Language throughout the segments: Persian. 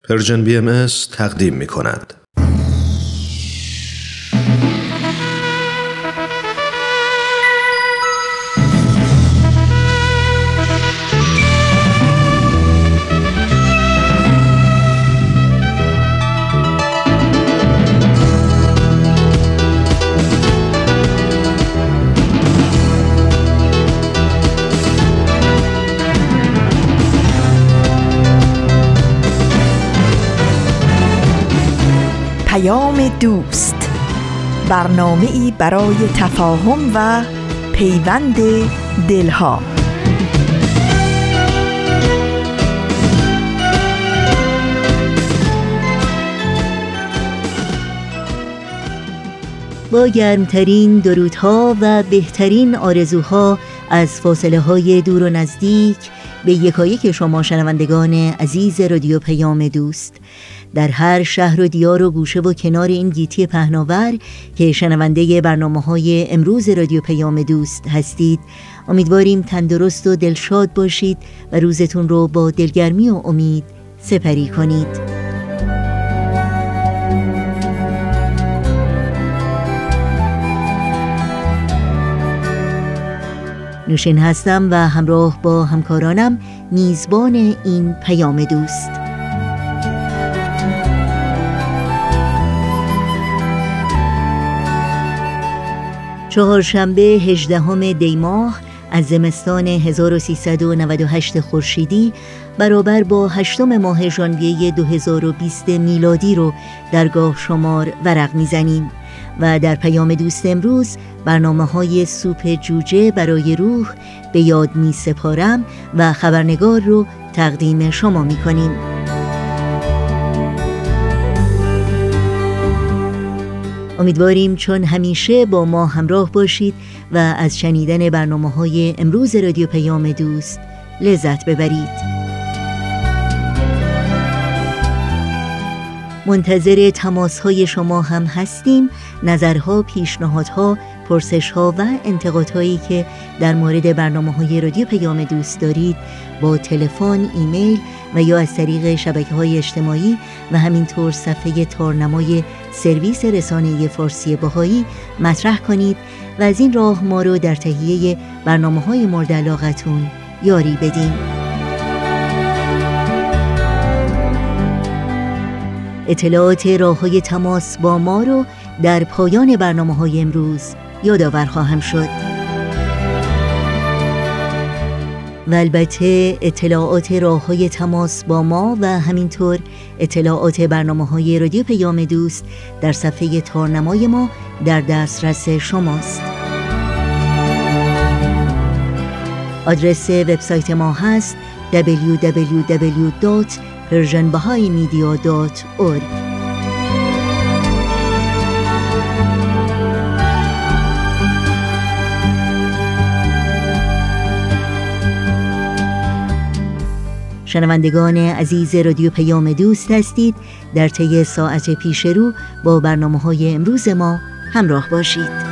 پرژن BMS تقدیم می کند. دوست، برنامه‌ای برای تفاهم و پیوند دلها. با گرمترین درودها و بهترین آرزوها از فاصله های دور و نزدیک به یکایک شما شنوندگان عزیز رادیو پیام دوست در هر شهر و دیار و گوشه و کنار این گیتی پهناور که شنونده برنامه‌های امروز رادیو پیام دوست هستید، امیدواریم تندرست و دلشاد باشید و روزتون رو با دلگرمی و امید سپری کنید. نوشین هستم و همراه با همکارانم میزبان این پیام دوست. چهارشنبه 18 دی ماه از زمستان 1398 خورشیدی برابر با 8 ماه ژانویه 2020 میلادی رو درگاه شمار ورق میزنیم و در پیام دوست امروز برنامه‌های سوپ جوجه برای روح به یاد می سپارم و خبرنگار رو تقدیم شما می کنیم. امیدواریم چون همیشه با ما همراه باشید و از شنیدن برنامه‌های امروز رادیو پیام دوست لذت ببرید. منتظر تماس‌های شما هم هستیم. نظرها، پیشنهادها، پرسش‌ها و انتقادهایی که در مورد برنامه‌های رادیو پیام دوست دارید با تلفن، ایمیل و یا از طریق شبکه‌های اجتماعی و همینطور صفحه تارنمای سرویس رسانه فارسی بهایی مطرح کنید و از این راه ما رو در تهیه برنامه‌های مورد علاقتون یاری بدین. اطلاعات راه‌های تماس با ما رو در پایان برنامه‌های امروز یادآور خواهم شد. و البته اطلاعات راه‌های تماس با ما و همینطور اطلاعات برنامه‌های رادیو پیام دوست در صفحه تارنمای ما در دسترس شماست. آدرس وبسایت ما هست www.persianbahaimedia.org. شنوندگان عزیز رادیو پیام دوست هستید. در طی ساعت پیش رو با برنامه‌های امروز ما همراه باشید.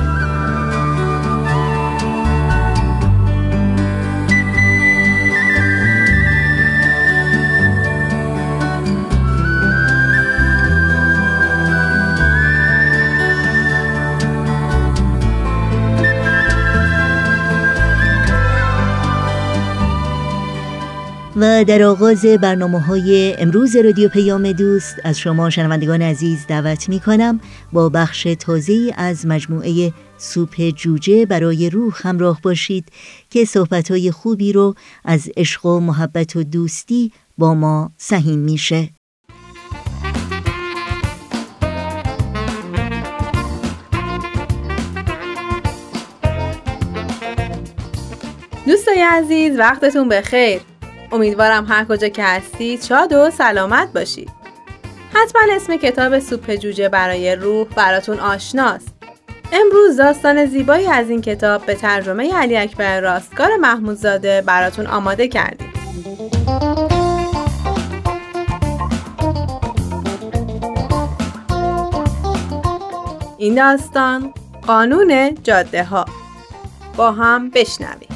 و در آغاز برنامه‌های امروز رادیو پیام دوست از شما شنوندگان عزیز دعوت می‌کنم با بخش تازه‌ای از مجموعه سوپ جوجه برای روح همراه باشید که صحبت‌های خوبی رو از عشق و محبت و دوستی با ما سهیم میشه. دوستای عزیز، وقتتون بخیر. امیدوارم هر کجا که هستید شاد و سلامت باشید. حتما اسم کتاب سوپ جوجه برای روح براتون آشناست. امروز داستان زیبایی از این کتاب به ترجمه علی اکبر راستگار محمودزاده براتون آماده کردیم. این داستان قانون جاده ها. با هم بشنویم.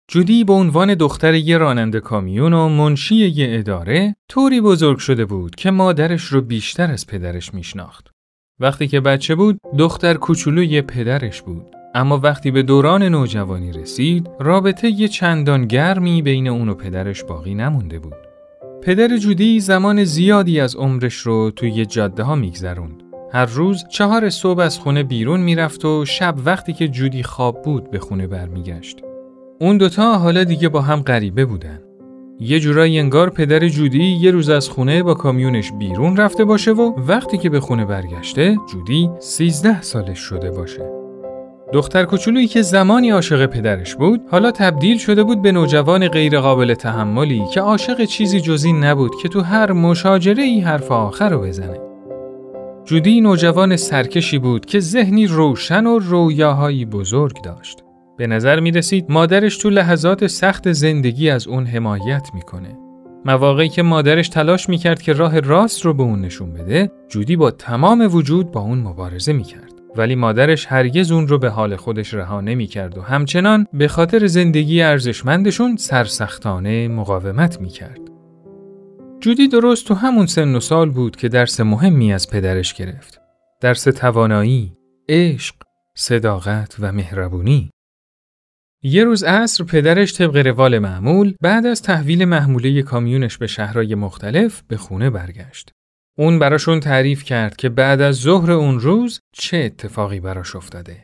جودی به عنوان دختر یه راننده کامیون و منشی یه اداره طوری بزرگ شده بود که مادرش رو بیشتر از پدرش میشناخت. وقتی که بچه بود، دختر کوچولوی پدرش بود. اما وقتی به دوران نوجوانی رسید، رابطه یه چندان گرمی بین اون و پدرش باقی نمونده بود. پدر جودی زمان زیادی از عمرش رو توی جاده ها میگذروند. هر روز 4 صبح از خونه بیرون میرفت و شب وقتی که جودی خواب بود به خونه برمیگشت. اون دوتا حالا دیگه با هم غریبه بودن. یه جورایی انگار پدر جودی یه روز از خونه با کامیونش بیرون رفته باشه و وقتی که به خونه برگشته جودی 13 سالش شده باشه. دختر کوچولویی که زمانی عاشق پدرش بود حالا تبدیل شده بود به نوجوان غیر قابل تحملی که عاشق چیزی جز این نبود که تو هر مشاجره‌ای حرف آخر رو بزنه. جودی نوجوان سرکشی بود که ذهنی روشن و رویاهایی بزرگ داشت. به نظر می رسید مادرش تو لحظات سخت زندگی از اون حمایت میکنه. مواقعی که مادرش تلاش میکرد که راه راست رو به اون نشون بده، جودی با تمام وجود با اون مبارزه میکرد. ولی مادرش هرگز اون رو به حال خودش رها نمیکرد و همچنان به خاطر زندگی ارزشمندشون سرسختانه مقاومت میکرد. جودی درست تو همون سن و سال بود که درس مهمی از پدرش گرفت. درس توانایی، عشق، صداقت و مهربونی. یه روز عصر پدرش طبق روال معمول بعد از تحویل محموله کامیونش به شهرهای مختلف به خونه برگشت. اون براشون تعریف کرد که بعد از ظهر اون روز چه اتفاقی براش افتاده.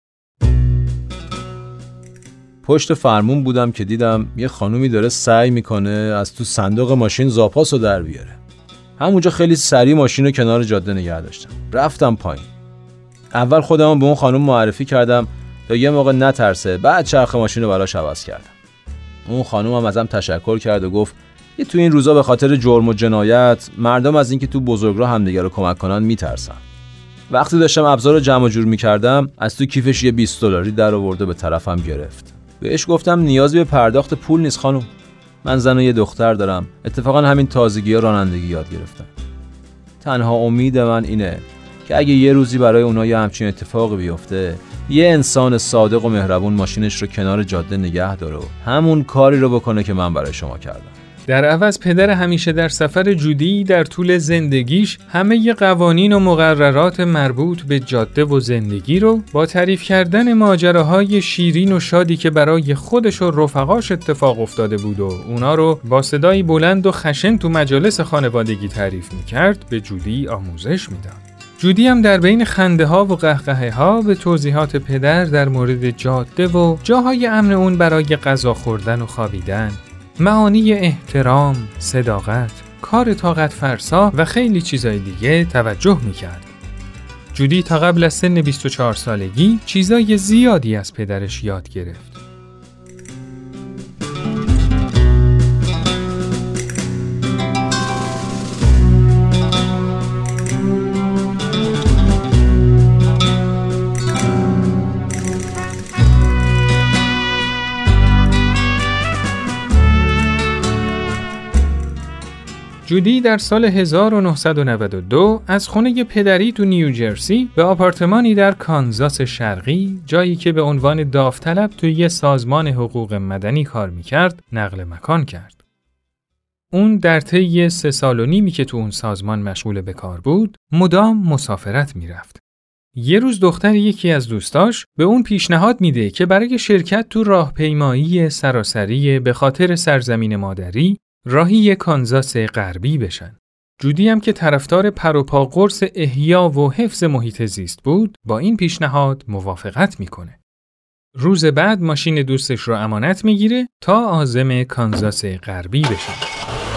پشت فرمون بودم که دیدم یه خانومی داره سعی میکنه از تو صندوق ماشین زاپاسو در بیاره. همونجا خیلی سریع ماشین رو کنار جاده نگه داشتم. رفتم پایین. اول خودم به اون خانم معرفی کردم تا یه موقع نترسه، بعد چرخ ماشین رو براش عوض کردم. اون خانم هم ازم تشکر کرد و گفت که تو این روزا به خاطر جرم و جنایت مردم از اینکه تو بزرگراه همدیگه رو کمک کنن میترسن. وقتی داشتم ابزار رو جمع جور میکردم از تو کیفش یه $20 در آورد و به طرفم گرفت. بهش گفتم نیازی به پرداخت پول نیست خانم. من زن و یه دختر دارم. اتفاقا همین تازگی‌ها رانندگی یاد گرفتم. تنها امید من اینه که اگه یه روزی برای اونها یه همچین اتفاقی بیفته، یه انسان صادق و مهربون ماشینش رو کنار جاده نگه داره و همون کاری رو بکنه که من برای شما کردم. در عوض پدر همیشه در سفر جودی در طول زندگیش همه ی قوانین و مقررات مربوط به جاده و زندگی رو با تعریف کردن ماجراهای شیرین و شادی که برای خودش و رفقاش اتفاق افتاده بود و اونا رو با صدایی بلند و خشن تو مجالس خانوادگی تعریف میکرد به جودی آموزش میداد. جودی هم در بین خنده ها و قهقهه ها به توضیحات پدر در مورد جاده و جاهای امن اون برای غذا خوردن و خوابیدن، معانی احترام، صداقت، کار طاقت فرسا و خیلی چیزای دیگه توجه میکرد. جودی تا قبل از سن 24 سالگی چیزای زیادی از پدرش یاد گرفت. جودی در سال 1992 از خونه پدری تو نیوجرسی به آپارتمانی در کانزاس شرقی، جایی که به عنوان داوطلب توی یه سازمان حقوق مدنی کار میکرد، نقل مکان کرد. اون در طی 3 سال و نیمی که تو اون سازمان مشغول به کار بود، مدام مسافرت میرفت. یه روز دختر یکی از دوستاش به اون پیشنهاد میده که برای شرکت تو راهپیمایی سراسری به خاطر سرزمین مادری راهی کانزاس غربی بشن. جودی هم که طرفدار پروپا قرص احیا و حفظ محیط زیست بود، با این پیشنهاد موافقت میکنه. روز بعد ماشین دوستش رو امانت میگیره تا عازم کانزاس غربی بشن.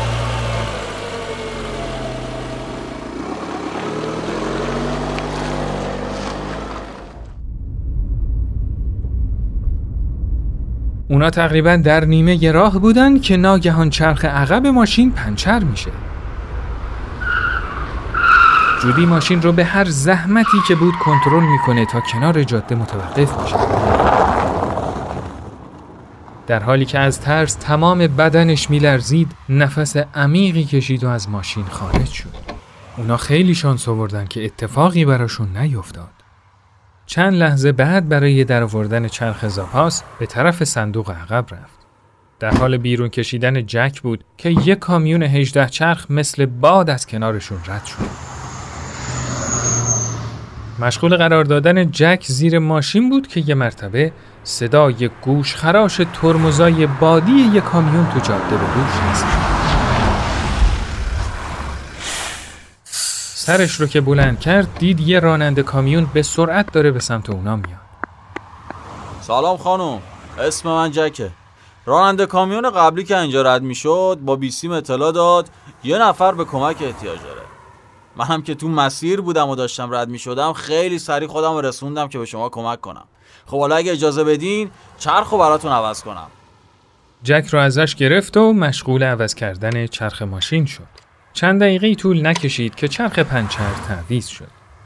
اونا تقریباً در نیمه راه بودن که ناگهان چرخ عقب ماشین پنچر میشه. جودی ماشین رو به هر زحمتی که بود کنترل میکنه تا کنار جاده متوقف میشه. در حالی که از ترس تمام بدنش میلرزید، نفس عمیقی کشید و از ماشین خارج شد. اونا خیلی شانس آوردن که اتفاقی براشون نیفتاد. چند لحظه بعد برای درآوردن چرخ زاپاس به طرف صندوق عقب رفت. در حال بیرون کشیدن جک بود که یک کامیون 18 چرخ مثل باد از کنارشون رد شد. مشغول قرار دادن جک زیر ماشین بود که یه مرتبه صدای گوشخراش ترمزای بادی یک کامیون تو جاده به گوش رسید. سرش رو که بلند کرد دید یه راننده کامیون به سرعت داره به سمت اونا میاد. سلام خانم، اسم من جکه. راننده کامیون قبلی که اینجا رد میشد با بیسیم اطلاع داد یه نفر به کمک احتیاج داره. منم که تو مسیر بودم و داشتم رد میشدم خیلی سریع خودم رسوندم که به شما کمک کنم. خب حالا اگه اجازه بدین چرخو براتون عوض کنم. جک رو ازش گرفت و مشغول عوض کردن چرخ ماشین شد. چند دقیقه طول نکشید که چرخ پنچر تعویض شد.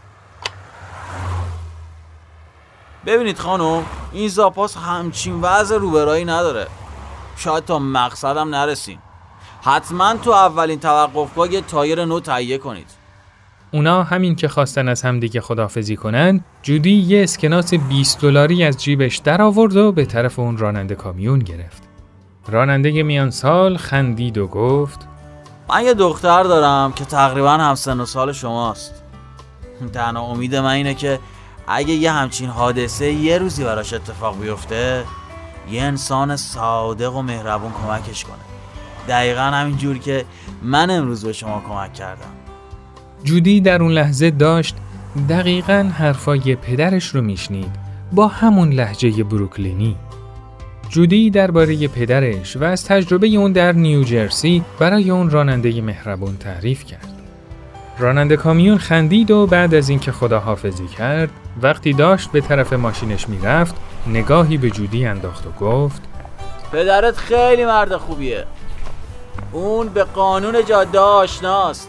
ببینید خانم، این زاپاس همچین وضع روبرایی نداره. شاید تا مقصدم نرسیم. حتما تو اولین توقفگاه یه تایر نو تهیه کنید. اونا همین که خواستن از هم دیگه خداحافظی کنن، جودی یه اسکناس $20 از جیبش در آورد و به طرف اون راننده کامیون گرفت. راننده میان سال خندید و گفت: من یه دختر دارم که تقریبا همسن و سال شماست. تنها امید من اینه که اگه یه همچین حادثه یه روزی براش اتفاق بیفته یه انسان صادق و مهربون کمکش کنه. دقیقا همین جور که من امروز به شما کمک کردم. جودی در اون لحظه داشت دقیقاً حرفای پدرش رو میشنید با همون لهجه بروکلینی. جودی درباره پدرش و از تجربه اون در نیوجرسی برای اون راننده مهربون تعریف کرد. راننده کامیون خندید و بعد از اینکه خداحافظی کرد، وقتی داشت به طرف ماشینش میرفت، نگاهی به جودی انداخت و گفت: پدرت خیلی مرد خوبیه. اون به قانون جاده آشناست.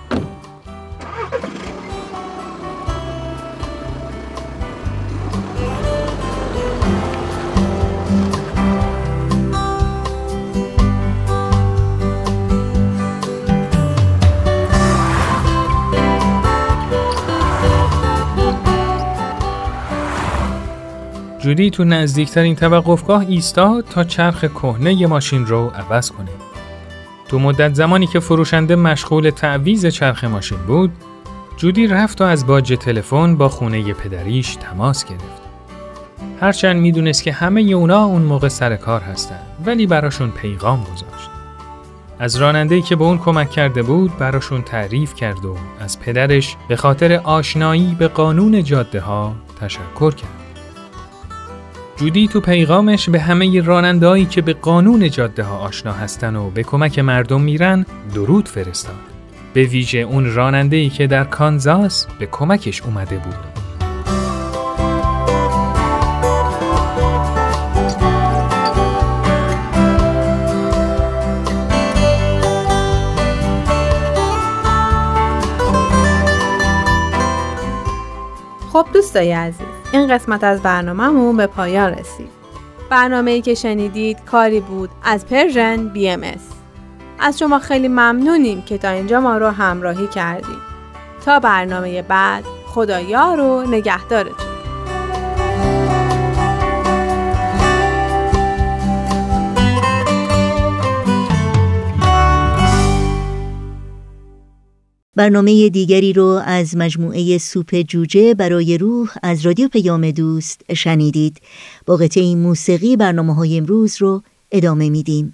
جودی تو نزدیکترین توقفگاه ایستاد تا چرخ کهنه ماشین رو عوض کنه. تو مدت زمانی که فروشنده مشغول تعویض چرخ ماشین بود، جودی رفت و از باج تلفن با خونه پدریش تماس گرفت. هرچند میدونست که همه اونا اون موقع سر کار هستن، ولی براشون پیغام گذاشت. از راننده‌ای که به اون کمک کرده بود براشون تعریف کرد و از پدرش به خاطر آشنایی به قانون جاده ها تشکر کرد. جودی تو پیغامش به همه راننده‌هایی که به قانون جاده ها آشنا هستن و به کمک مردم میرن درود فرستاد. به ویژه اون راننده‌ای که در کانزاس به کمکش اومده بود. خب دوستای عزیز، این قسمت از برنامه‌مون به پایان رسید. برنامه‌ای که شنیدید کاری بود از پرژن BMS. از شما خیلی ممنونیم که تا اینجا ما رو همراهی کردید. تا برنامه بعد، خدا یار و نگهدارتون. برنامه دیگری رو از مجموعه سوپ جوجه برای روح از رادیو پیام دوست شنیدید. با قطعه موسیقی برنامه‌های امروز رو ادامه میدیم.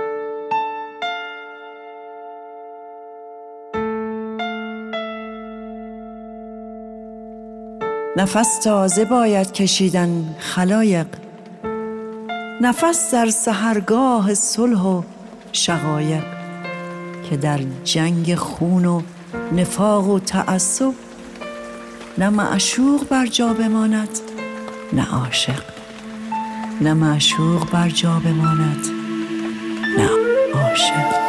نفس تازه باید کشیدن خلایق، نفس در سحرگاه صلح و شقایق، که در جنگ خون و نفاق و تعصب نه معشوق بر جا بماند نه عاشق، نه معشوق بر جا بماند نه عاشق.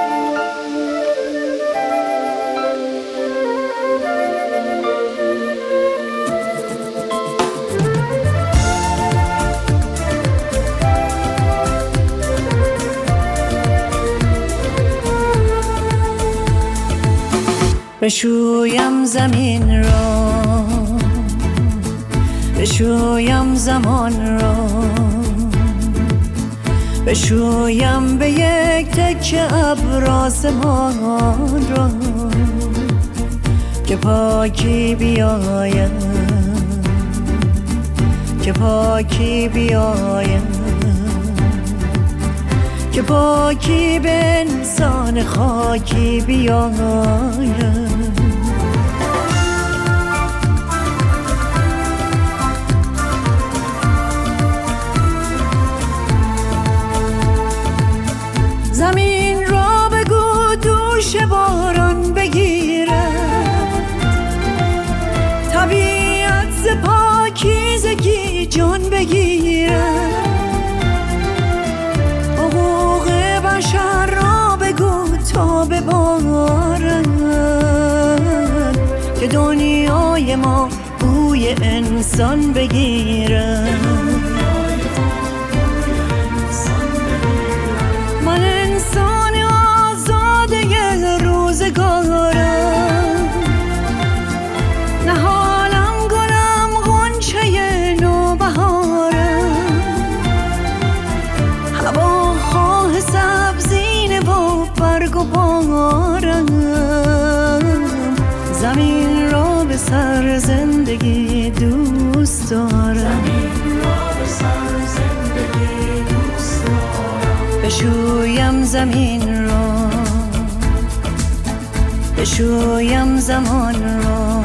بشویم زمین را، بشویم زمان را، بشویم به یک تکه ابر آسمان را، که پاکی بیاید، که پاکی بیاید، که پاکی به انسان خاکی بیاید. زمین را بگو دوش باران بگیرد، طبیعت ز پاکیزگی جان بگیرد، حقوق بشر را بگو تا ببارد، که دنیای ما بوی انسان بگیرد. من انسان آزاده روزگارم، نهالم گلم غنچه نوبهارم، هواخواه سبزینه و برگ و بارم، زمین را به سر زندگی دوست دارم، بشویم زمین را، بشویم زمان را،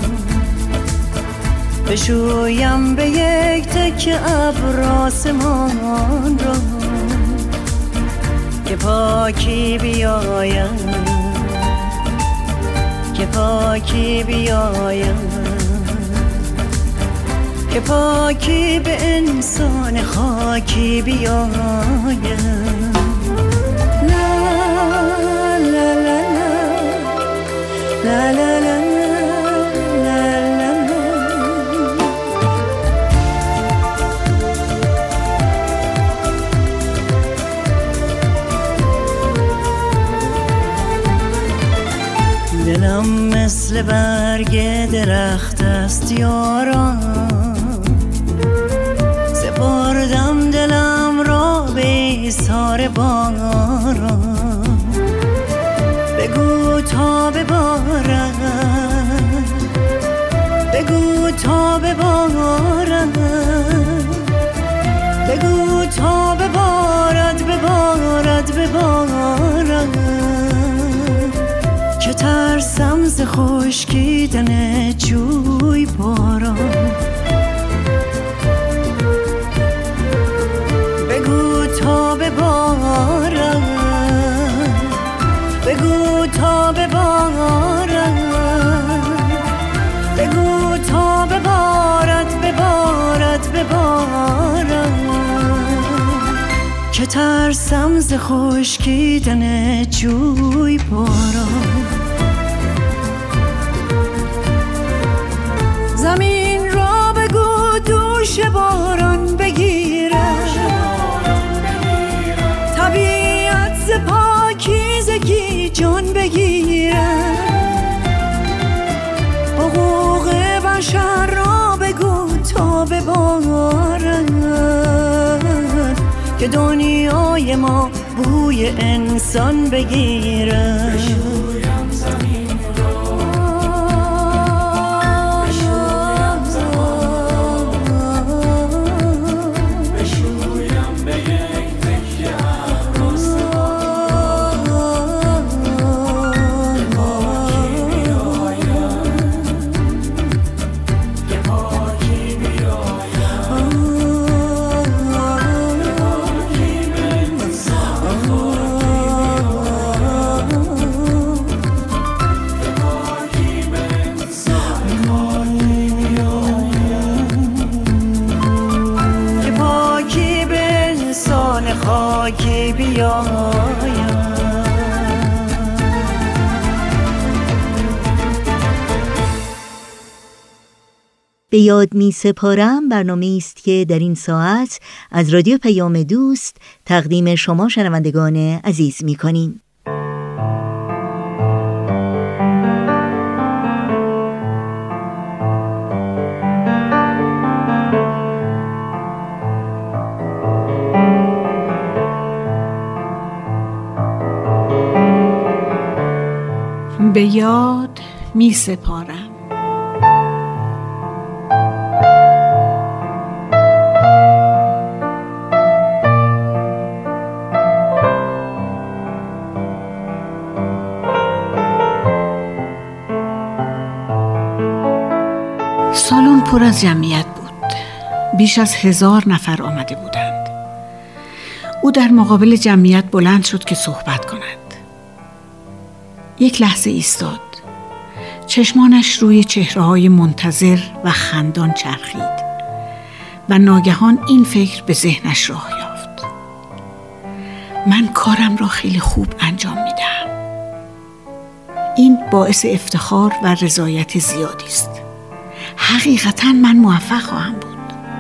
بشویم به یک تکه ابر آسمان را، که پاکی بیاید، که پاکی بیاید، که پاکی به انسان خاکی بیاید. لا لا لا دلم مثل برگ درخت است یاران، سپردم دلم را به ایثار باران، بگو تا ببارد، بگو تا ببارد، بگو تا ببارد، ببارد، ببارد، که ترسم ز خشکیدن جوی باران، بگو تا ببارد، بگو تا ببارد، بگو تا ببارد، ببارد، ببارد، که ترسم ز خشکیدن جوی باران. زمین را بگو دوش باران بگیرد، طبیعت ز پاکیزگی جان بگیرد، حقوق بشر را بگو تا ببارد، که دنیای ما بوی انسان بگیرد. خاکی بیاید. به یاد می سپارم برنامه است که در این ساعت از رادیو پیام دوست تقدیم شما شنوندگان عزیز می کنیم. به یاد می سپارم. سالن پر از جمعیت بود. بیش از 1000 نفر آمده بودند. او در مقابل جمعیت بلند شد که صحبت کند. یک لحظه ایستاد. چشمانش روی چهره‌های منتظر و خندان چرخید و ناگهان این فکر به ذهنش راه یافت: من کارم را خیلی خوب انجام میدم. این باعث افتخار و رضایت زیادی است. حقیقتاً من موفق خواهم بود.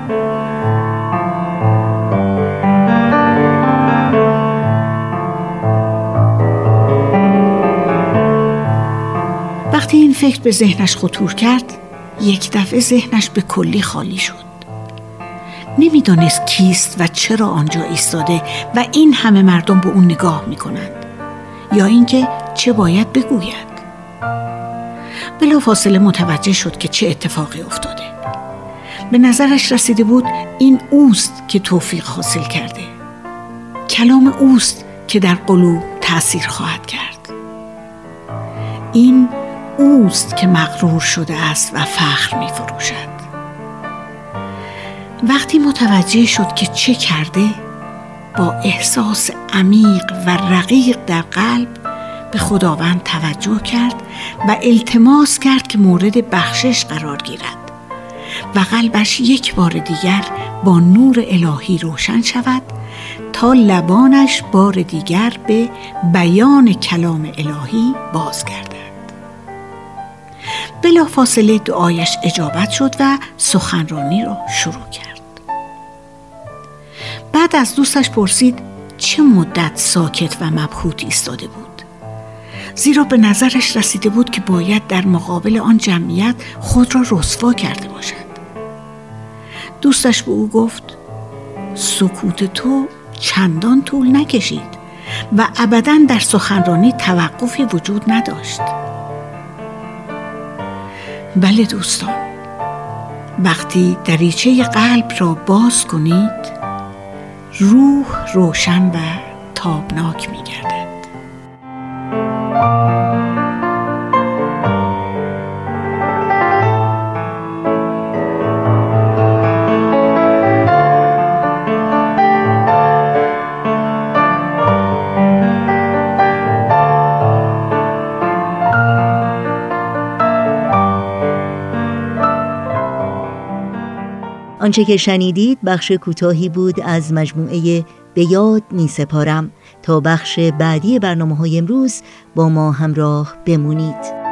وقتی این فکر به ذهنش خطور کرد، یک دفعه ذهنش به کلی خالی شد. نمیدانست کیست و چرا آنجا ایستاده و این همه مردم به اون نگاه میکنند، یا اینکه چه باید بگوید. بلافاصله متوجه شد که چه اتفاقی افتاده. به نظرش رسیده بود این اوست که توفیق حاصل کرده. کلام اوست که در قلوب تأثیر خواهد کرد. این اوست که مغرور شده است و فخر می فروشد. وقتی متوجه شد که چه کرده، با احساس عمیق و رقیق در قلب به خداوند توجه کرد و التماس کرد که مورد بخشش قرار گیرد و قلبش یک بار دیگر با نور الهی روشن شود تا لبانش بار دیگر به بیان کلام الهی بازگردد. بلافاصله دعایش اجابت شد و سخنرانی را شروع کرد. بعد از دوستش پرسید چه مدت ساکت و مبهوت ایستاده بود، زیرا به نظرش رسیده بود که باید در مقابل آن جمعیت خود را رسوا کرده باشد. دوستش به او گفت سکوت تو چندان طول نکشید و ابداً در سخنرانی توقفی وجود نداشت. بله دوستان، وقتی دریچه قلب را باز کنید، روح روشن و تابناک می گردد. آنچه که شنیدید بخش کوتاهی بود از مجموعه به یاد می سپارم. تا بخش بعدی برنامه‌های امروز با ما همراه بمونید.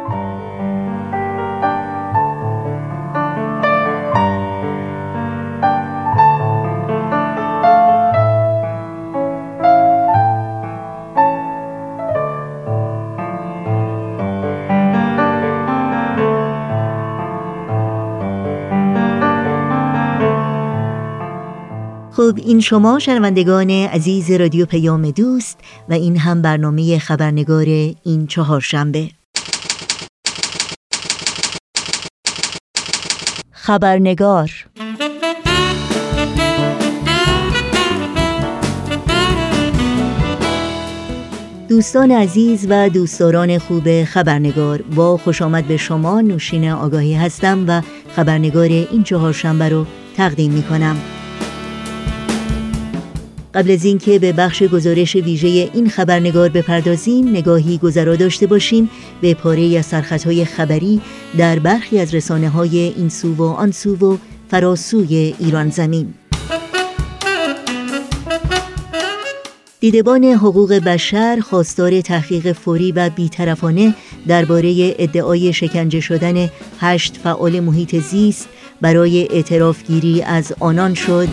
خب این شما شنوندگان عزیز رادیو پیام دوست و این هم برنامه خبرنگار این چهارشنبه. خبرنگار. دوستان عزیز و دوستداران خوب خبرنگار، با خوش آمد به شما نوشین آگاهی هستم و خبرنگار این چهارشنبه رو تقدیم می کنم. قبل از اینکه به بخش گزارش ویژه این خبرنگار بپردازیم، نگاهی گذرا داشته باشیم به پاره‌ای از سرخطهای خبری در برخی از رسانه‌های این سو و آن سو و فراسوی ایران زمین. دیدبان حقوق بشر خواستار تحقیق فوری و بی‌طرفانه درباره ادعای شکنجه شدن 8 فعال محیط زیست برای اعترافگیری از آنان شد.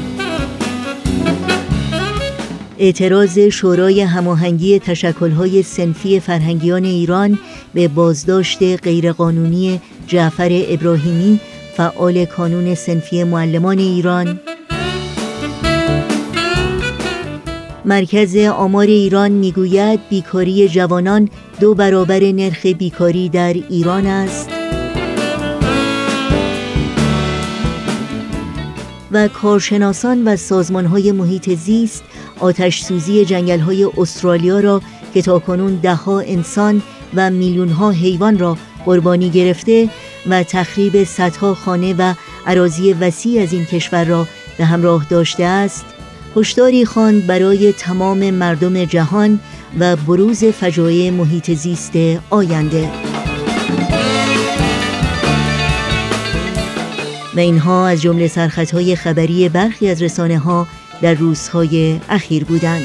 اعتراض شورای هماهنگی تشکل‌های صنفی فرهنگیان ایران به بازداشت غیرقانونی جعفر ابراهیمی، فعال کانون صنفی معلمان ایران. مرکز آمار ایران میگوید بیکاری جوانان 2 برابر نرخ بیکاری در ایران است و کارشناسان و سازمان‌های محیط زیست آتش سوزی جنگل‌های استرالیا را که تاکنون 10 انسان و میلیون‌ها حیوان را قربانی گرفته و تخریب صدها خانه و اراضی وسیع از این کشور را به همراه داشته است، هشداری خواند برای تمام مردم جهان و بروز فجایع محیط زیست آینده. و اینها از جمله سرخطهای خبری برخی از رسانه‌ها در روزهای اخیر بودند.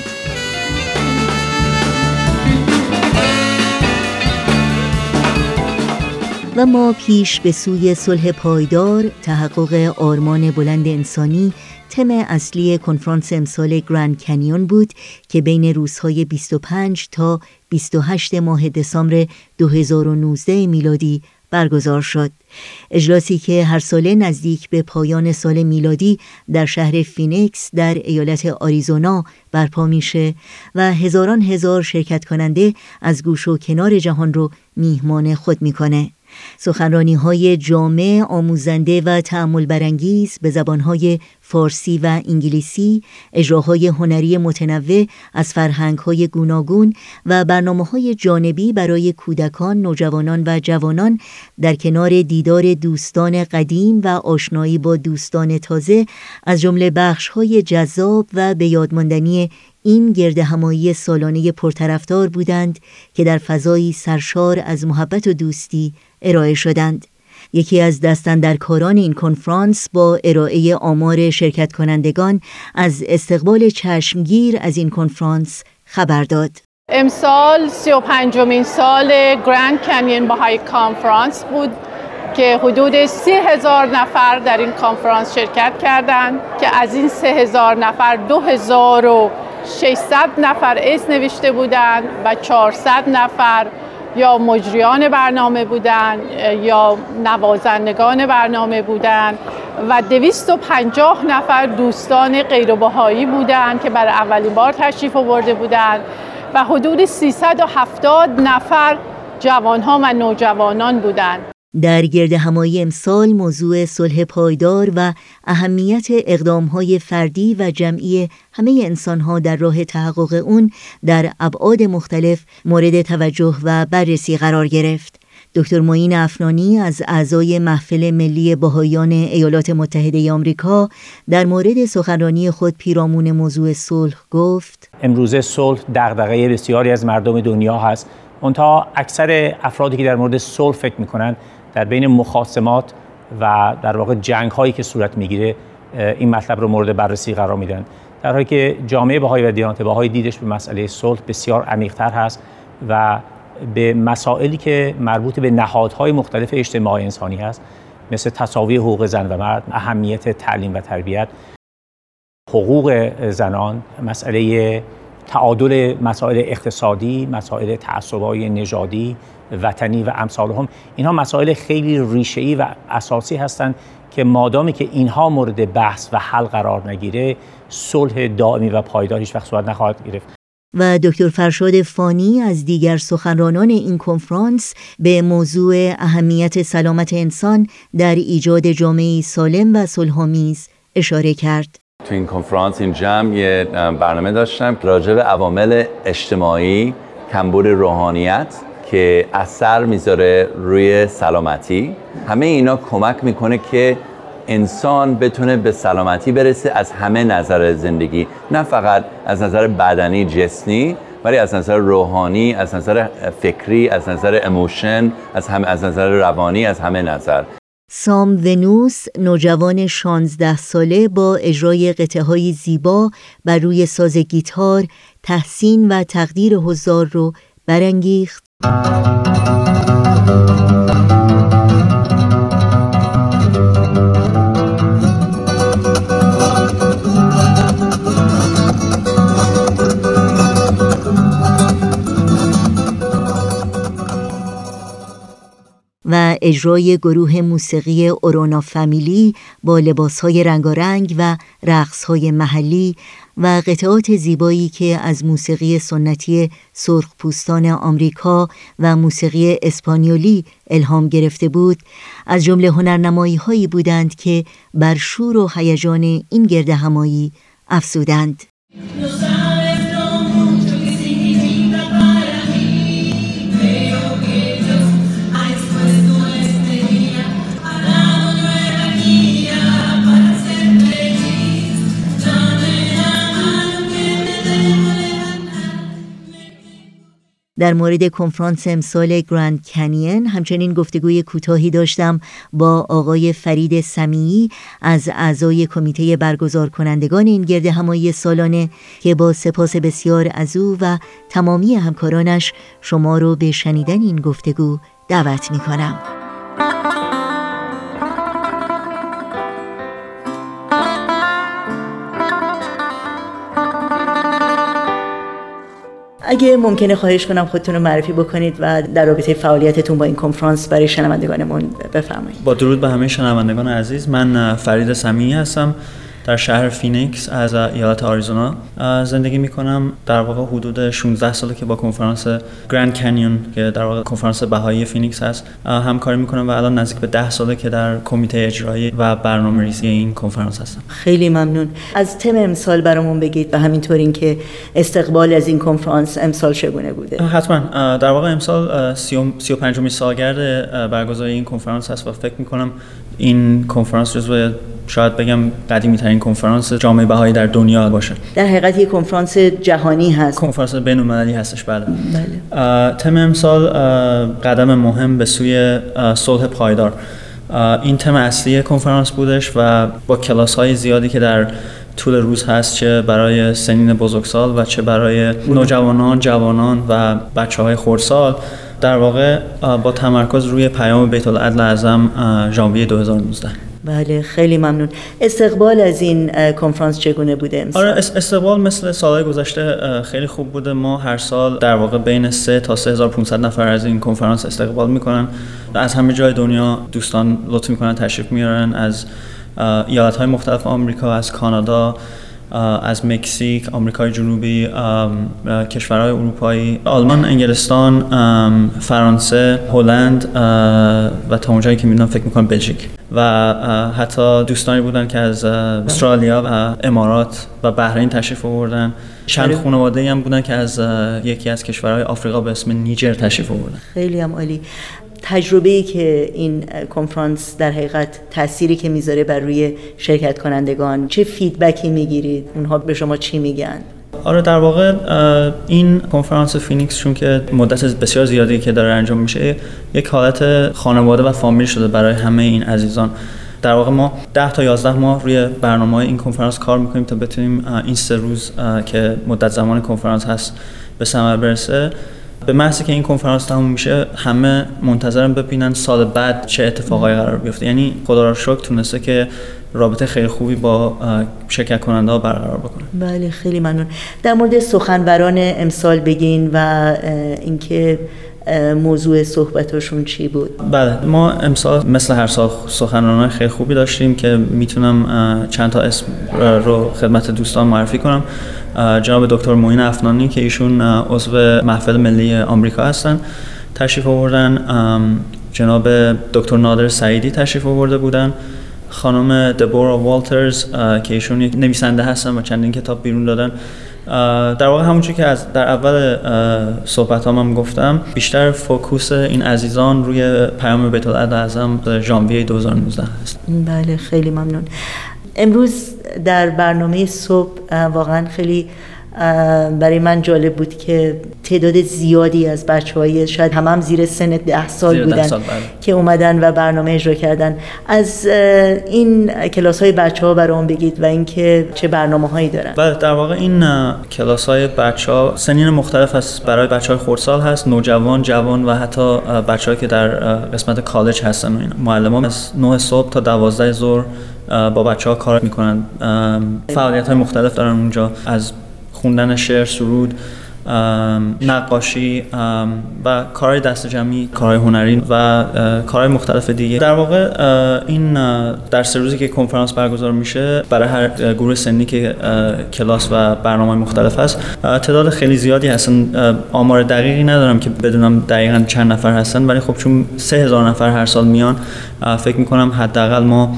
و ما پیش به سوی صلح پایدار، تحقق آرمان بلند انسانی، تم اصلی کنفرانس امسال گرند کنیون بود که بین روزهای 25 تا 28 ماه دسامبر 2019 میلادی برگزار شد. اجلاسی که هر ساله نزدیک به پایان سال میلادی در شهر فینیکس در ایالت آریزونا برپا میشه و هزاران هزار شرکت کننده از گوش و کنار جهان رو میهمان خود میکنه. سخنرانی‌های جامع، آموزنده و تأمل برانگیز به زبان‌های فارسی و انگلیسی، اجراهای هنری متنوع از فرهنگ‌های گوناگون و برنامه‌های جانبی برای کودکان، نوجوانان و جوانان در کنار دیدار دوستان قدیم و آشنایی با دوستان تازه از جمله بخش‌های جذاب و به یاد ماندنی این گردهمایی سالانه پرطرفدار بودند که در فضایی سرشار از محبت و دوستی ارائه شدند. یکی از دستاندرکاران این کنفرانس با ارائه آمار شرکت کنندگان از استقبال چشمگیر از این کنفرانس خبر داد. امسال 35مین سال گرند کنیون بهایی کانفرانس بود که حدود 30,000 نفر در این کنفرانس شرکت کردند که از این 3,000 نفر 2,600 نفر اسم نوشته بودند و 400 نفر یا مجریان برنامه بودند یا نوازندگان برنامه بودند و 250 نفر دوستان غیر بهایی بودند که برای اولین بار تشریف آورده بودند و حدود 370 نفر جوانها و نوجوانان بودند. در گردهمایی امسال موضوع صلح پایدار و اهمیت اقدام‌های فردی و جمعی همه انسان‌ها در راه تحقق اون در ابعاد مختلف مورد توجه و بررسی قرار گرفت. دکتر معین افنانی از اعضای محفل ملی بهائیان ایالات متحده آمریکا در مورد سخنرانی خود پیرامون موضوع صلح گفت: امروزه صلح دغدغه بسیاری از مردم دنیا هست. منتها اکثر افرادی که در مورد صلح فکر می‌کنند در بین مخاصمات و در واقع جنگ‌هایی که صورت می‌گیره این مطلب رو مورد بررسی قرار میدن، در حالی که جامعه بهایی و دیانت بهایی دیدش به مسئله صلح بسیار عمیق‌تر هست و به مسائلی که مربوط به نهادهای مختلف اجتماعی انسانی هست، مثل تساوی حقوق زن و مرد، اهمیت تعلیم و تربیت، حقوق زنان، مسئله تعادل مسائل اقتصادی، مسائل تعصب‌های نژادی، وطنی و امثالهم، اینها مسائل خیلی ریشه‌ای و اساسی هستند که مادامی که اینها مورد بحث و حل قرار نگیره، صلح دائمی و پایدار هیچ وقت صورت نخواهد گرفت. و دکتر فرشاد فانی از دیگر سخنرانان این کنفرانس به موضوع اهمیت سلامت انسان در ایجاد جامعه‌ای سالم و صلح‌آمیز اشاره کرد. تو این کنفرانس، این جمع، یه برنامه داشتم راجع به عوامل اجتماعی، کمبود روحانیت که اثر میذاره روی سلامتی. همه اینا کمک میکنه که انسان بتونه به سلامتی برسه از همه نظر زندگی، نه فقط از نظر بدنی جسمی، ولی از نظر روحانی، از نظر فکری، از نظر ایموشن، از نظر روانی، از همه نظر. سام ونوس، نوجوان 16 ساله با اجرای قطعه‌های زیبا بر روی ساز گیتار، تحسین و تقدیر حضار رو برانگیخت. و اجرای گروه موسیقی اورونا فامیلی با لباسهای رنگارنگ و رقصهای محلی و قطعات زیبایی که از موسیقی سنتی سرخپوستان آمریکا و موسیقی اسپانیولی الهام گرفته بود، از جمله هنرنمایی‌هایی بودند که بر شور و هیجان این گردهمایی افزودند. در مورد کنفرانس امسال گرند کنین همچنین گفتگوی کوتاهی داشتم با آقای فرید سمیعی از اعضای کمیته برگزار کنندگان این گردهمایی سالانه که با سپاس بسیار از او و تمامی همکارانش شما رو به شنیدن این گفتگو دعوت می کنم. اگه ممکنه خواهش کنم خودتون رو معرفی بکنید و در رابطه فعالیتتون با این کنفرانس برای شنوندگانمون بفرمایید. با درود به همه شنوندگان عزیز، من فرید سمیعی هستم، در شهر فینیکس از ایالت آریزونا زندگی میکنم. در واقع حدود 16 ساله که با کنفرانس گرند کنیون که در واقع کنفرانس بهایی فینیکس هست همکاری میکنم و الان نزدیک به 10 ساله که در کمیته اجرایی و برنامه‌ریزی این کنفرانس هستم. خیلی ممنون. از تم امسال برامون بگید و همینطور این که استقبال از این کنفرانس امسال چگونه بوده؟ حتما. در واقع امسال 35مین سالگرد برگزاری این کنفرانس هست و فکر میکنم این کنفرانس جزو شاید بگم قدیمی ترین کنفرانس جامعه بهایی در دنیا باشه. در حقیقت یک کنفرانس جهانی هست. کنفرانس بین‌المللی هستش. بله. تم امسال قدم مهم به سوی صلح پایدار. این تم اصلی کنفرانس بودش و با کلاس‌های زیادی که در طول روز هست، چه برای سنین بزرگسال و چه برای نوجوانان، جوانان و بچه‌های خردسال، در واقع با تمرکز روی پیام بیت العدل اعظم ژانویه 2019. بله، خیلی ممنون. استقبال از این کنفرانس چگونه بوده امسال؟ آره، استقبال مثل سالهای گذشته خیلی خوب بوده. ما هر سال در واقع بین 3 تا 3500 نفر از این کنفرانس استقبال میکنن. از همه جای دنیا دوستان لطف میکنن تشریف میارن، از ایالت‌های مختلف آمریکا، از کانادا، از مکزیک، آمریکای جنوبی، کشورهای اروپایی، آلمان، انگلستان، فرانسه، هلند و تا اونجایی که میدونم فکر میکنم بلژیک و حتی دوستانی بودن که از استرالیا و امارات و بحرین تشریف آوردن. چند خانواده‌ای هم بودن که از یکی از کشورهای آفریقا به اسم نیجر تشریف آوردن. خیلی هم عالی. تجربه‌ای که این کنفرانس در حقیقت تأثیری که میذاره بر روی شرکت کنندگان، چه فیدبکی میگیرید؟ اونها به شما چی میگن؟ آره، در واقع این کنفرانس فینیکس چون که مدت بسیار زیادی که داره انجام میشه، یک حالت خانواده و فامیل شده برای همه این عزیزان. در واقع ما 10 تا 11 ماه روی برنامه‌های این کنفرانس کار میکنیم تا بتونیم این 3 روز که مدت زمان کنفرانس هست به ثمر برسه. به محضی که این کنفرانس تموم میشه همه منتظرن ببینن سال بعد چه اتفاقایی قرار بیفته. یعنی خدا را شکر تونسته که رابطه خیلی خوبی با شرکت کننده ها برقرار بکنه. بله، خیلی ممنون. در مورد سخنوران امسال بگین و اینکه موضوع صحبتاشون چی بود؟ بله، ما امسال مثل هر سال سخنرانان خیلی خوبی داشتیم که میتونم چند تا اسم رو خدمت دوستان معرفی کنم. جناب دکتر معین افنانی که ایشون عضو محفل ملی آمریکا هستن تشریف آوردن. جناب دکتر نادر سعیدی تشریف آورده بودن. خانم دبورا والترز که ایشون یک نویسنده هستن و چندین کتاب بیرون دادن. در واقع همونجور که در اول صحبتام هم گفتم، بیشتر فوکوس این عزیزان روی پیام بیت العدل اعظم ژانویه 2019 هست. بله، خیلی ممنون. امروز در برنامه صبح واقعا خیلی برای من جالب بود که تعداد زیادی از بچه‌های شاید هم زیر سن 10 سال بودن که اومدن و برنامه اجرا کردن. از این کلاس‌های بچه‌ها برام بگید و اینکه چه برنامه‌هایی دارن. بله، در واقع این کلاس‌های بچه‌ها سنین مختلف هست. برای بچه‌های خردسال هست، نوجوان، جوان و حتی بچه‌هایی که در قسمت کالج هستن. و این معلمان از 9 صبح تا 12 ظهر با بچه‌ها کار می‌کنن. فعالیت‌های مختلف دارن اونجا، از خوندن شعر، سرود، نقاشی و کارهای دست جمعی، کارهای هنری و کارهای مختلف دیگه. در واقع این در 3 روزی که کنفرانس برگزار میشه برای هر گروه سنی که کلاس و برنامه مختلف هست تعداد خیلی زیادی هستن. آمار دقیقی ندارم که بدونم دقیقاً چند نفر هستن، ولی خب چون 3000 نفر هر سال میان فکر میکنم حداقل ما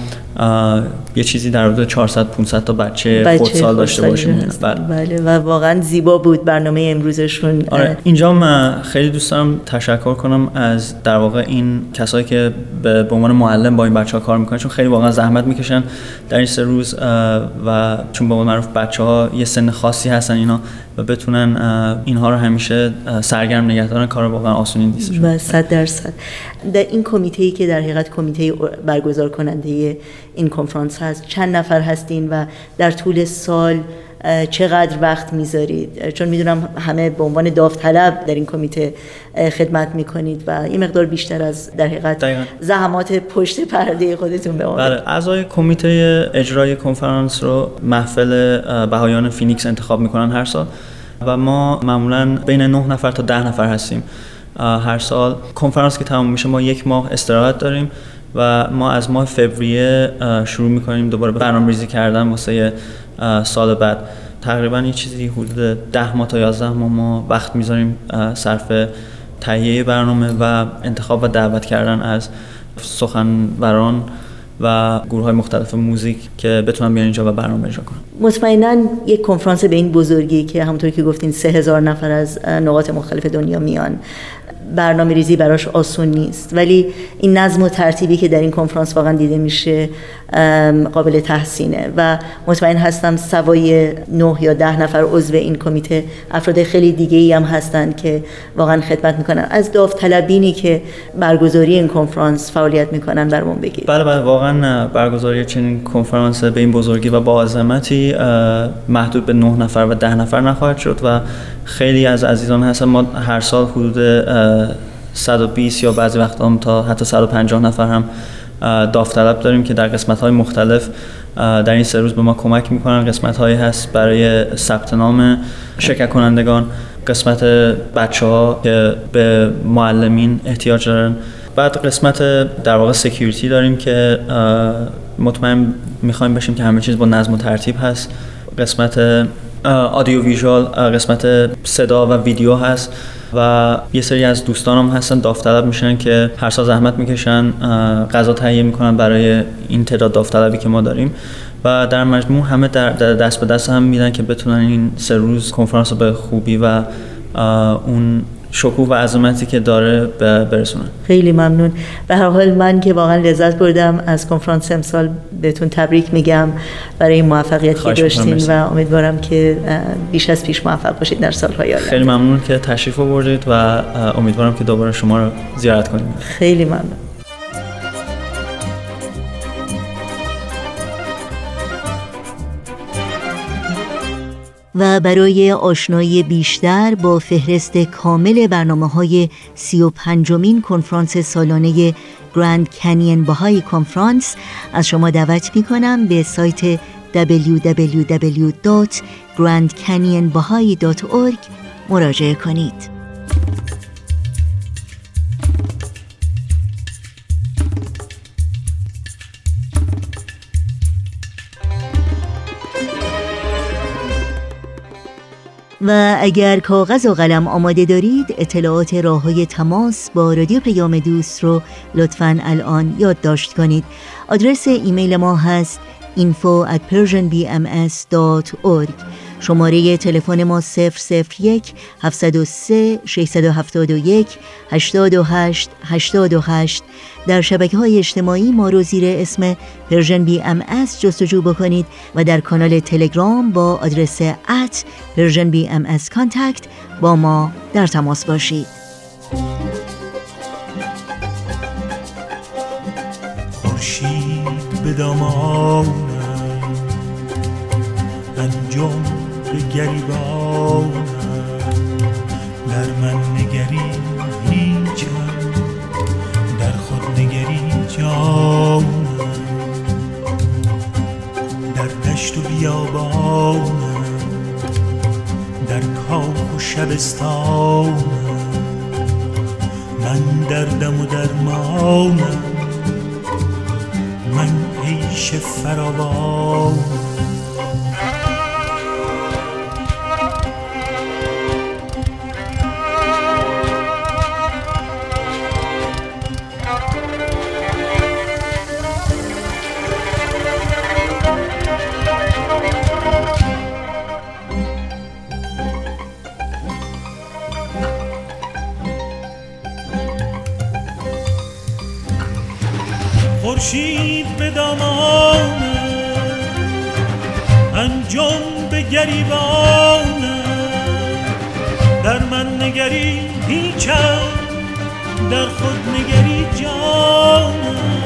یه چیزی در حدود 400-500 تا بچه خردسال داشته باشیم. بله و واقعا زیبا بود برنامه امروزشون. آره اینجا من خیلی دوست دارم تشکر کنم از در واقع این کسایی که به عنوان معلم با این بچه‌ها کار میکنن، چون خیلی واقعا زحمت میکشن در این 3 روز و چون به قول معروف بچه‌ها یه سن خاصی هستن اینا و بتونن اینها رو همیشه سرگرم نگه دارن، کار واقعا آسونی نیست. و 100% در این کمیته‌ای که در حقیقت کمیته برگزار کننده این کنفرانس هست چند نفر هستین و در طول سال چقدر وقت میذارید؟ چون میدونم همه به عنوان داوطلب در این کمیته خدمت میکنید و این مقدار بیشتر از در حقیقت زحمات پشت پرده خودتون به بله، اعضای کمیته اجرای کنفرانس رو محفل بهایان فینیکس انتخاب میکنن هر سال و ما معمولا بین 9 نفر تا 10 نفر هستیم هر سال. کنفرانس که تمام میشه ما 1 ماه استراحت داریم و ما از ماه فوریه شروع میکنیم دوباره برنامه‌ریزی کردن واسه سال بعد. تقریبا یه چیزی حدود 10 ماه تا 11 ماه ما وقت میذاریم صرف تهیه برنامه و انتخاب و دعوت کردن از سخنوران و گروه‌های مختلف موزیک که بتونن بیان اینجا و برنامه اجرا کنن. مطمئناً یک کنفرانس به این بزرگی که همونطور که گفتین 3000 نفر از نقاط مختلف دنیا میان، برنامه ریزی براش آسون نیست، ولی این نظم و ترتیبی که در این کنفرانس واقعا دیده میشه قابل تحسینه و مطمئن هستم سوای 9 یا 10 نفر عضو این کمیته افراد خیلی دیگه‌ای هم هستن که واقعا خدمت میکنن. از داوطلبینی که برگزاری این کنفرانس فعالیت میکنن برامون بگید. بله واقعا برگزاری چنین کنفرانس به این بزرگی و با عظمتی محدود به 9 نفر و 10 نفر نخواهد شد و خیلی از عزیزان هستن. ما هر سال حدود 120 یا بعضی وقتا تا حتی 150 نفر هم داوطلب داریم که در قسمت‌های مختلف در این 3 روز به ما کمک می‌کنن. قسمت‌هایی هست برای ثبت نام شرکت کنندگان، قسمت بچه‌ها که به معلمین احتیاج دارن، بعد قسمت در واقع سکیوریتی داریم که مطمئن می‌خوایم بشیم که همه چیز با نظم و ترتیب هست، قسمت آدیو ویژوال، قسمت صدا و ویدیو هست و یه سری از دوستانم هستن داوطلب میشن که هر سال زحمت میکشن، غذا تهیه میکنن برای این تعداد داوطلبی که ما داریم و در مجموع همه در دست به دست هم میدن که بتونن این 3 روز کنفرانس رو به خوبی و اون شکوه و عظمتی که داره برسونن. خیلی ممنون. به هر حال من که واقعا لذت بردم از کنفرانس امسال بهتون تبریک میگم برای این موفقیتی که داشتین و امیدوارم که بیش از پیش موفق باشید در سالهای آینده. خیلی ممنون که تشریف آوردید و امیدوارم که دوباره شما رو زیارت کنیم. خیلی ممنون. و برای آشنایی بیشتر با فهرست کامل برنامه‌های 35مین کنفرانس سالانه گراند کانین بهایی کنفرانس از شما دعوت می‌کنم به سایت www.grandcanyonbahai.org مراجعه کنید. و اگر کاغذ و قلم آماده دارید اطلاعات راه‌های تماس با رادیو پیام دوست رو لطفاً الان یادداشت کنید. آدرس ایمیل ما هست info@persianbms.org. شماره تلفن ما 001 703 671 88 88. در شبکه‌های اجتماعی ما رو زیر اسم پرژن BMS جستجو بکنید و در کانال تلگرام با آدرس @PersianBMSContact با ما در تماس باشید. خورشید به دامانم انجام به گریبانم، در من نگری هیچم، در خود نگری جانم، در دشت و بیابانم، در کاخ و شبستانم، من دردم و درمانم، من عیش فراوانم. خورشید به دامانم، انجم به گریبانم، در من نگری هیچم، در خود نگری جانم،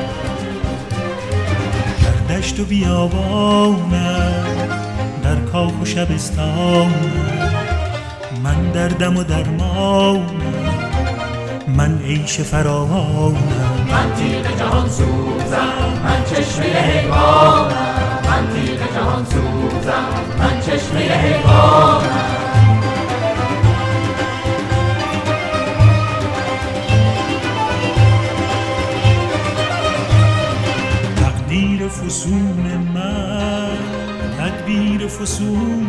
در دشت و بیابانم، در کاخ و شبستانم، من دردم و درمانم، من عیش فراوانم. من تیغ جهان سوزم، من چشمه حیوانم، من تیغ جهان سوزم، من چشمه حیوانم. تقدیر فسون من، تدبیر فسون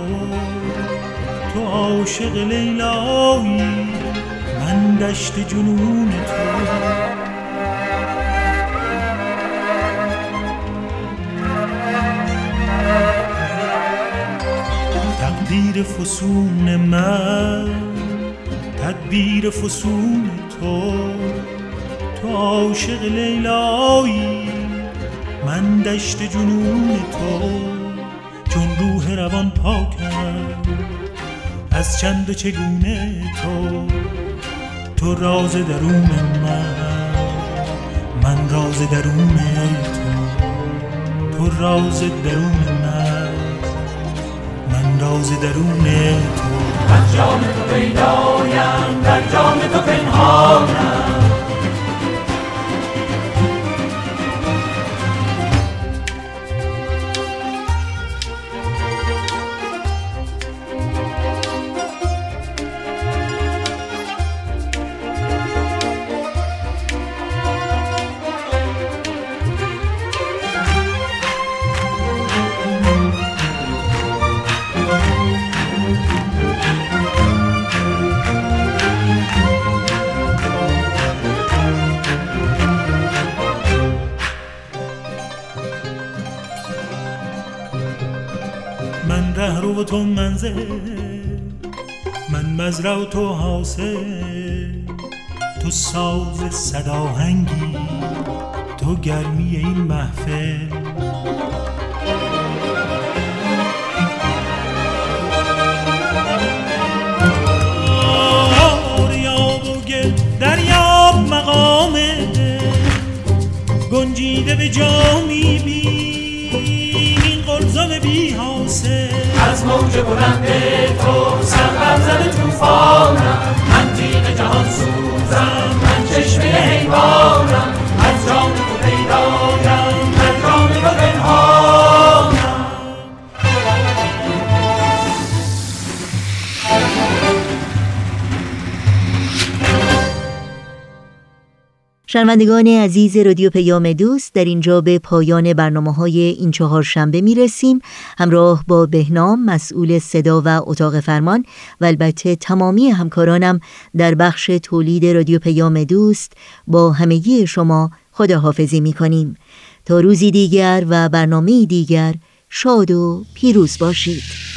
تو عاشق لیلایی، من دشت جنون تو. تقدیر فسون من، تدبیر فسون تو عاشق لیلایی، من دشت جنون تو. چون روح روان پاکم از چند و چگونه تو راز درون من راز درون تو راز درون من راز درون تو. از جام تو پیدایم، در جام تو پنهانم. من رهرو و تو منزل، من مزرع و تو حاصل، تو ساز صداهنگی، تو گرمی این محفل. آریاب و گل دریاب مقامه، گنجیده به جامی بین قلزم بی حاصل. از موج بلند تو سربر زده توفانم، من تیغ جهان سوزم، من چشمه حیوانم. از جام تو پیدایم، در جام تو پنهانم. شنوندگان عزیز رادیو پیام دوست، در اینجا به پایان برنامه‌های این چهارشنبه میرسیم. همراه با بهنام مسئول صدا و اتاق فرمان و البته تمامی همکارانم در بخش تولید رادیو پیام دوست با همگی شما خداحافظی می‌کنیم. تا روزی دیگر و برنامه‌ای دیگر شاد و پیروز باشید.